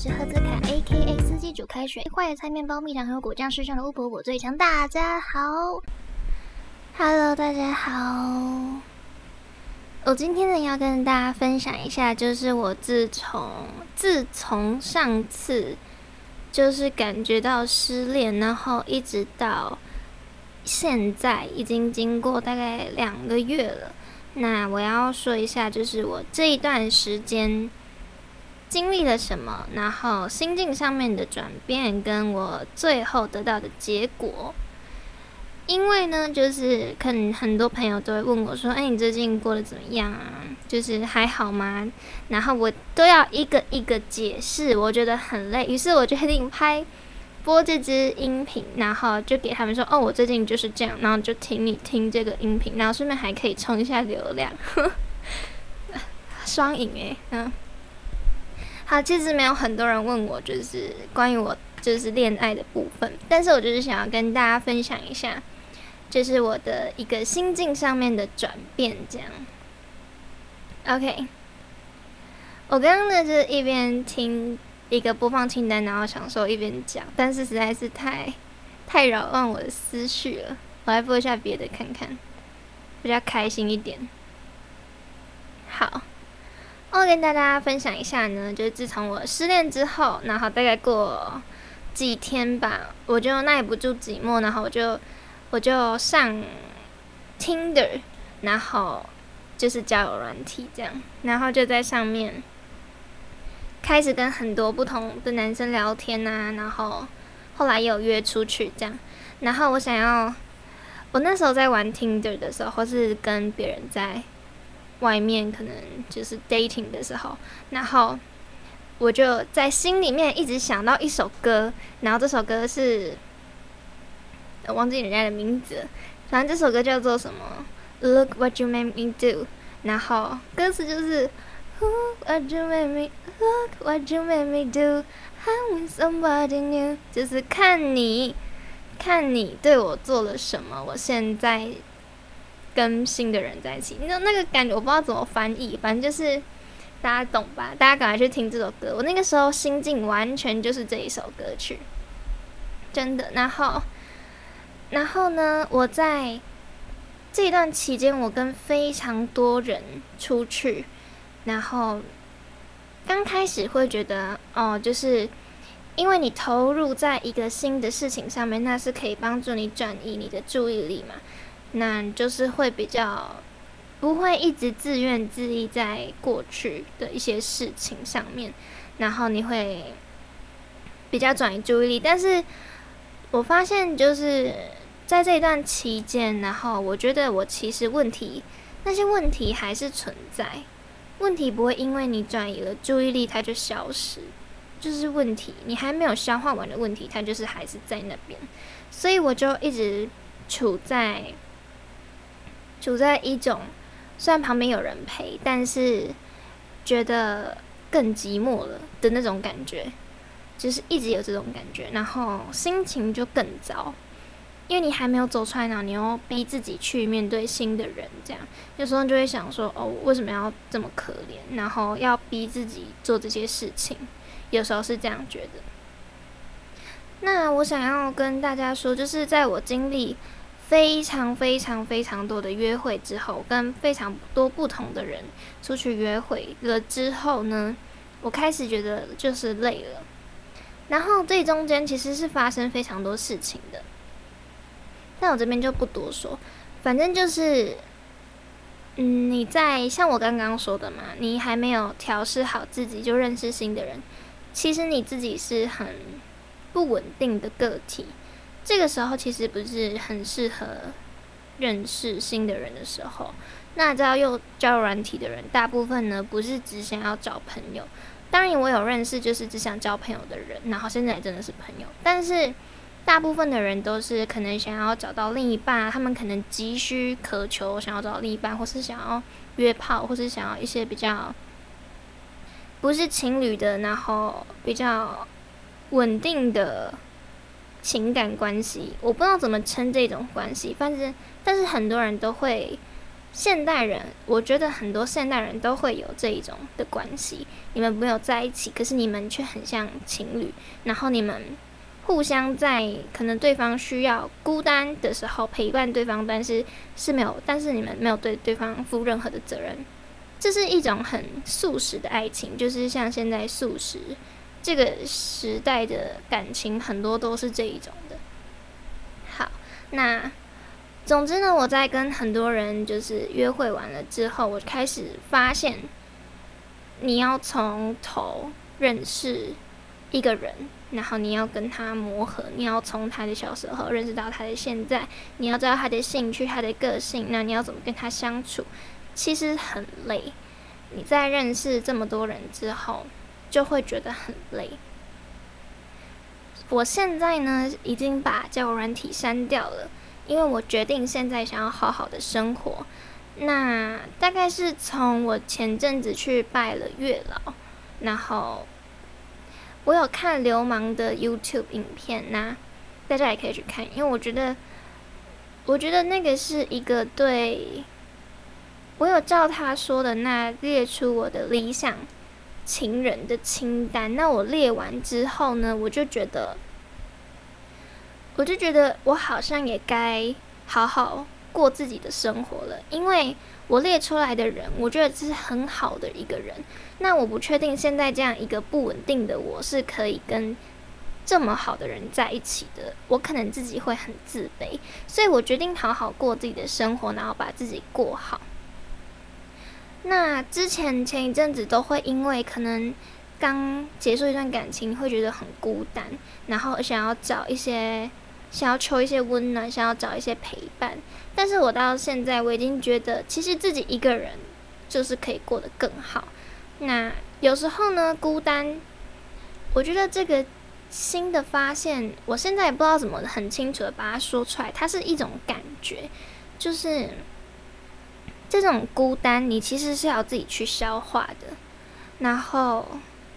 是赫兹卡 AKA 司机煮开水，坏的菜面包、蜜糖和果酱世上的巫婆我最强。大家好 ，Hello， 大家好。我今天呢要跟大家分享一下，就是我自从上次就是感觉到失恋，然后一直到现在已经经过大概2个月了。那我要说一下，就是我这一段时间经历了什么，然后心境上面的转变，跟我最后得到的结果。因为呢，就是可能很多朋友都会问我说：“你最近过得怎么样啊？就是还好吗？”然后我都要一个一个解释，我觉得很累。于是我决定播这支音频，然后就给他们说：“我最近就是这样。”然后就听你听这个音频，然后顺便还可以冲一下流量，双赢好，其实没有很多人问我，就是关于我就是恋爱的部分，但是我就是想要跟大家分享一下，就是我的一个心境上面的转变，这样。OK， 我刚刚呢就是一边听一个播放清单，然后想说一边讲，但是实在是太扰乱我的思绪了。我来播一下别的看看，比较开心一点。好。我跟大家分享一下呢，就是自从我失恋之后，然后大概过几天吧，我就耐不住寂寞，然后我就上 Tinder， 然后就是交友软体这样，然后就在上面开始跟很多不同的男生聊天啊，然后后来也有约出去这样，然后我那时候在玩 Tinder 的时候，或是跟别人在外面可能就是 dating 的时候，然后我就在心里面一直想到一首歌，然后这首歌是我忘记人家的名字了，反正这首歌叫做什么 Look What You Made Me Do， 然后歌词就是 What you made me Look What you made me do I'm with somebody new， 就是看你对我做了什么，我现在跟新的人在一起，那个感觉我不知道怎么翻译，反正就是大家懂吧？大家赶快去听这首歌。我那个时候心境完全就是这一首歌曲，真的。然后呢，我在这一段期间，我跟非常多人出去，然后刚开始会觉得就是因为你投入在一个新的事情上面，那是可以帮助你转移你的注意力嘛。那就是会比较不会一直自怨自艾在过去的一些事情上面，然后你会比较转移注意力。但是我发现就是在这一段期间，然后我觉得我其实那些问题还是存在，问题不会因为你转移了注意力它就消失，就是问题你还没有消化完的问题，它就是还是在那边。所以我就一直处在一种虽然旁边有人陪，但是觉得更寂寞了的那种感觉，就是一直有这种感觉，然后心情就更糟，因为你还没有走出来，然后你又逼自己去面对新的人，这样有时候就会想说为什么要这么可怜，然后要逼自己做这些事情，有时候是这样觉得。那我想要跟大家说，就是在我经历非常非常非常多的约会之后，跟非常多不同的人出去约会了之后呢，我开始觉得就是累了。然后这中间其实是发生非常多事情的，但我这边就不多说。反正就是你在像我刚刚说的嘛，你还没有调试好自己就认识新的人，其实你自己是很不稳定的个体，这个时候其实不是很适合认识新的人的时候。那知道用交友软体的人，大部分呢不是只想要找朋友，当然我有认识就是只想交朋友的人，然后现在真的是朋友，但是大部分的人都是可能想要找到另一半，他们可能急需渴求想要找到另一半，或是想要约炮，或是想要一些比较不是情侣的，然后比较稳定的情感关系，我不知道怎么称这种关系，但是很多人都会现代人，我觉得很多现代人都会有这一种的关系，你们没有在一起，可是你们却很像情侣，然后你们互相在可能对方需要孤单的时候陪伴对方，但是你们没有对对方负任何的责任。这是一种很速食的爱情，就是像现在速食这个时代的感情，很多都是这一种的。好，那总之呢，我在跟很多人就是约会完了之后，我开始发现，你要从头认识一个人，然后你要跟他磨合，你要从他的小时候认识到他的现在，你要知道他的兴趣、他的个性，那你要怎么跟他相处，其实很累。你在认识这么多人之后，就会觉得很累。我现在呢，已经把交友软体删掉了，因为我决定现在想要好好的生活。那大概是从我前阵子去拜了月老，然后我有看流氓的 YouTube 影片，那大家也可以去看，因为我觉得那个是一个对，我有照他说的那列出我的理想情人的清单。那我列完之后呢，我就觉得我好像也该好好过自己的生活了，因为我列出来的人，我觉得这是很好的一个人。那我不确定现在这样一个不稳定的我是可以跟这么好的人在一起的，我可能自己会很自卑，所以我决定好好过自己的生活，然后把自己过好。那前一阵子都会因为可能刚结束一段感情，会觉得很孤单，然后想要求一些温暖，想要找一些陪伴。但是我到现在我已经觉得，其实自己一个人就是可以过得更好。那有时候呢，孤单，我觉得这个新的发现，我现在也不知道怎么很清楚的把它说出来，它是一种感觉，就是这种孤单，你其实是要自己去消化的。然后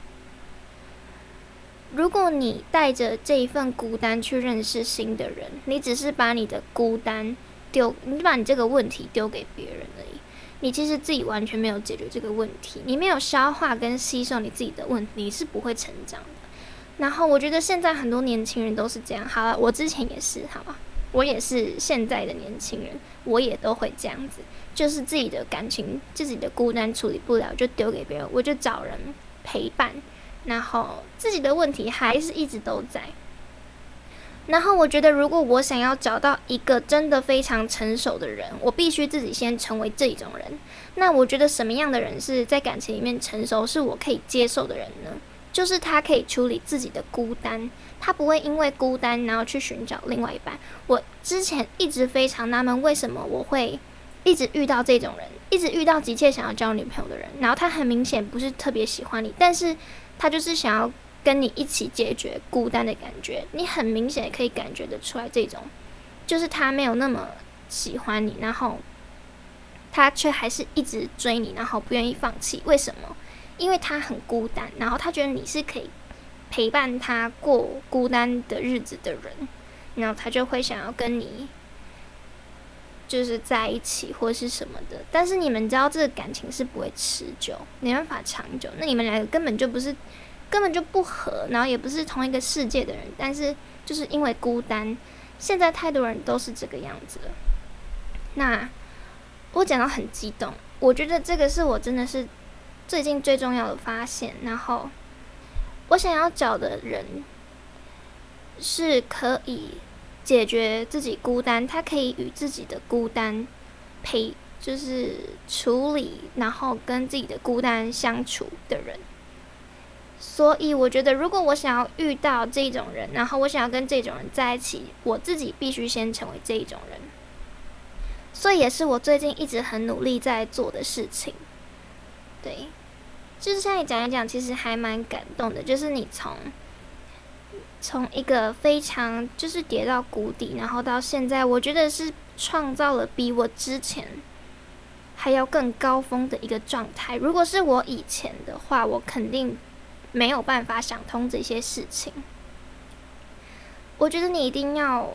如果你带着这一份孤单去认识新的人，你只是把你的孤单你把你这个问题丢给别人而已，你其实自己完全没有解决这个问题，你没有消化跟吸收你自己的问题，你是不会成长的。然后我觉得现在很多年轻人都是这样，好了，我之前也是，好吧，我也是现在的年轻人，我也都会这样子，就是自己的感情、自己的孤单处理不了，就丢给别人，我就找人陪伴。然后自己的问题还是一直都在。然后我觉得，如果我想要找到一个真的非常成熟的人，我必须自己先成为这种人。那我觉得什么样的人是在感情里面成熟，是我可以接受的人呢？就是他可以处理自己的孤单，他不会因为孤单然后去寻找另外一半。我之前一直非常纳闷，为什么我会一直遇到这种人，一直遇到急切想要交女朋友的人，然后他很明显不是特别喜欢你，但是他就是想要跟你一起解决孤单的感觉，你很明显可以感觉得出来，这种就是他没有那么喜欢你，然后他却还是一直追你，然后不愿意放弃。为什么？因为他很孤单，然后他觉得你是可以陪伴他过孤单的日子的人，然后他就会想要跟你就是在一起或是什么的。但是你们知道这个感情是不会持久，没办法长久，那你们两个根本就不合，然后也不是同一个世界的人，但是就是因为孤单，现在太多人都是这个样子了。那我讲到很激动，我觉得这个是我真的是最近最重要的发现。然后我想要找的人是可以解决自己孤单，他可以与自己的孤单就是处理，然后跟自己的孤单相处的人。所以我觉得，如果我想要遇到这种人，然后我想要跟这种人在一起，我自己必须先成为这一种人。所以也是我最近一直很努力在做的事情。对，就是现在讲一讲，其实还蛮感动的。就是你从一个非常就是跌到谷底，然后到现在，我觉得是创造了比我之前还要更高峰的一个状态。如果是我以前的话，我肯定没有办法想通这些事情。我觉得你一定要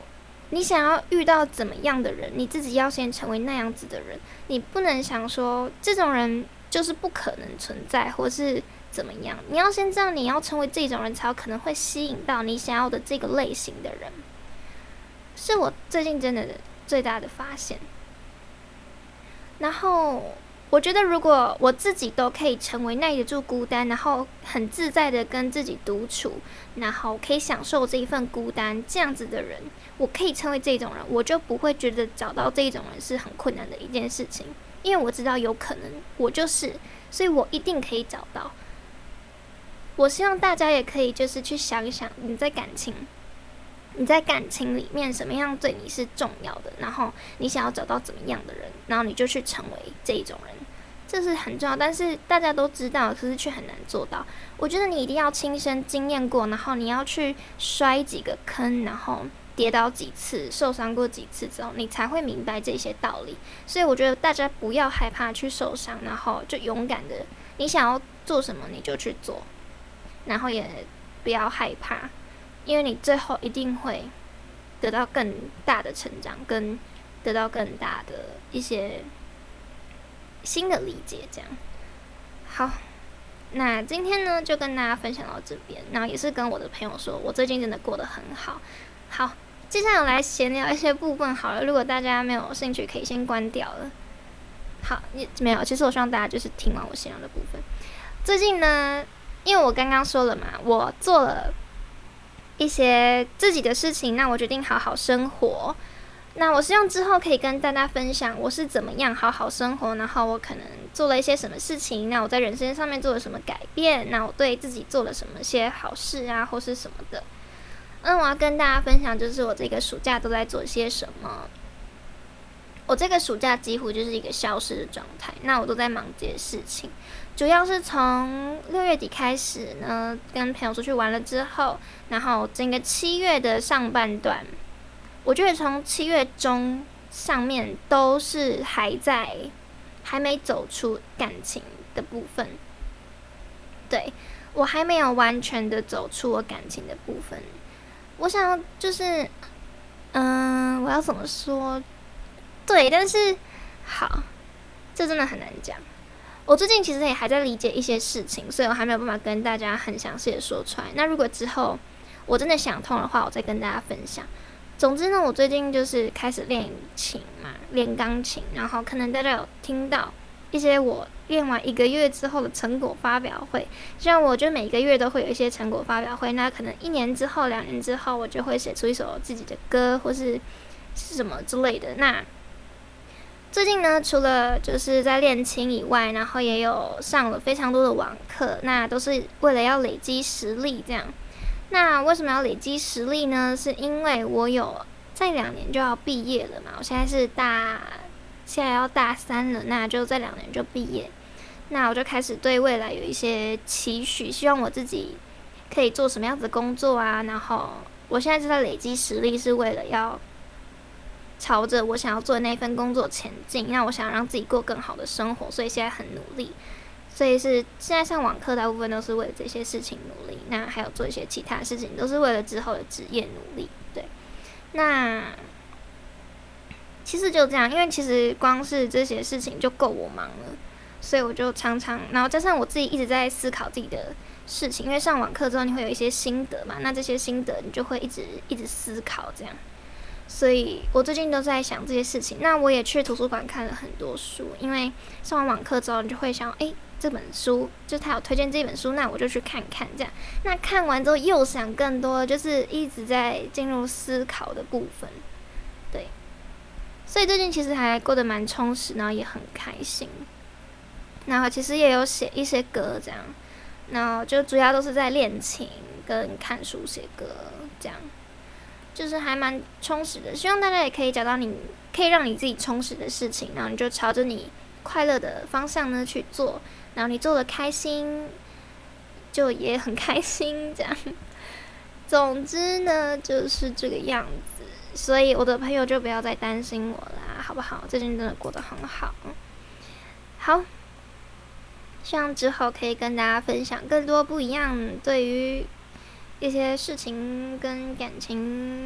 你想要遇到怎么样的人，你自己要先成为那样子的人。你不能想说这种人就是不可能存在，或是怎么样。你要先知道你要成为这种人，才有可能会吸引到你想要的这个类型的人。是我最近真的最大的发现。然后我觉得，如果我自己都可以成为耐得住孤单，然后很自在的跟自己独处，然后可以享受这一份孤单，这样子的人，我可以成为这种人，我就不会觉得找到这种人是很困难的一件事情，因为我知道有可能我就是，所以我一定可以找到。我希望大家也可以就是去想一想，你在感情里面什么样对你是重要的，然后你想要找到怎么样的人，然后你就去成为这一种人，这是很重要，但是大家都知道，可是却很难做到。我觉得你一定要亲身经验过，然后你要去摔几个坑，然后跌倒几次，受伤过几次之后，你才会明白这些道理。所以我觉得大家不要害怕去受伤，然后就勇敢的，你想要做什么你就去做，然后也不要害怕。因为你最后一定会得到更大的成长，跟得到更大的一些新的理解，这样。好，那今天呢就跟大家分享到这边，然后也是跟我的朋友说，我最近真的过得很好。好，接下来我来闲聊一些部分好了，如果大家没有兴趣，可以先关掉了。好，没有，其实我希望大家就是听完我闲聊的部分。最近呢，因为我刚刚说了嘛，我做了一些自己的事情，那我决定好好生活。那我希望之后可以跟大家分享我是怎么样好好生活，然后我可能做了一些什么事情，那我在人生上面做了什么改变，那我对自己做了什么些好事啊，或是什么的。我要跟大家分享就是我这个暑假都在做些什么。我这个暑假几乎就是一个消失的状态，那我都在忙这些事情。主要是从6月底开始呢，跟朋友出去玩了之后，然后整个7月的上半段，我觉得从7月中上面都是还没走出感情的部分。对，我还没有完全的走出我感情的部分。我想要就是，我要怎么说？对，但是好，这真的很难讲。我最近其实也还在理解一些事情，所以我还没有办法跟大家很详细的说出来。那如果之后我真的想通的话，我再跟大家分享。总之呢，我最近就是开始练琴嘛，练钢琴，然后可能大家有听到一些我练完1个月之后的成果发表会。像我就每个月都会有一些成果发表会，那可能1年之后、2年之后，我就会写出一首自己的歌，或是什么之类的。那最近呢，除了就是在练琴以外，然后也有上了非常多的网课，那都是为了要累积实力这样。那为什么要累积实力呢？是因为我有在2年就要毕业了嘛，我现在要大3了，那就在2年就毕业。那我就开始对未来有一些期许，希望我自己可以做什么样子的工作啊。然后我现在就在累积实力，是为了要朝着我想要做的那份工作前进。那我想让自己过更好的生活，所以现在很努力。所以是现在上网课大部分都是为了这些事情努力，那还有做一些其他事情，都是为了之后的职业努力。对，那其实就这样，因为其实光是这些事情就够我忙了，所以我就常常，然后加上我自己一直在思考自己的事情，因为上网课之后你会有一些心得嘛，那这些心得你就会一直思考这样。所以我最近都在想这些事情。那我也去图书馆看了很多书，因为上完网课之后，你就会想，这本书就他有推荐这本书，那我就去看看这样。那看完之后又想更多，就是一直在进入思考的部分。对，所以最近其实还过得蛮充实，然后也很开心。然后其实也有写一些歌这样，然后就主要都是在练琴跟看书写歌这样。就是还蛮充实的，希望大家也可以找到可以让你自己充实的事情，然后你就朝着你快乐的方向呢去做，然后你做的开心，就也很开心这样。总之呢，就是这个样子，所以我的朋友就不要再担心我啦，好不好？最近真的过得很好。好，希望之后可以跟大家分享更多不一样对于一些事情跟感情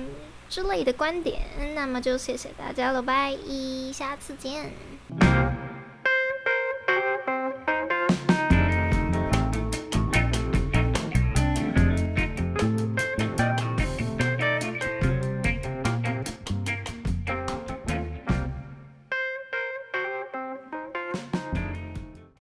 之类的观点。那么就谢谢大家了，拜，下次见。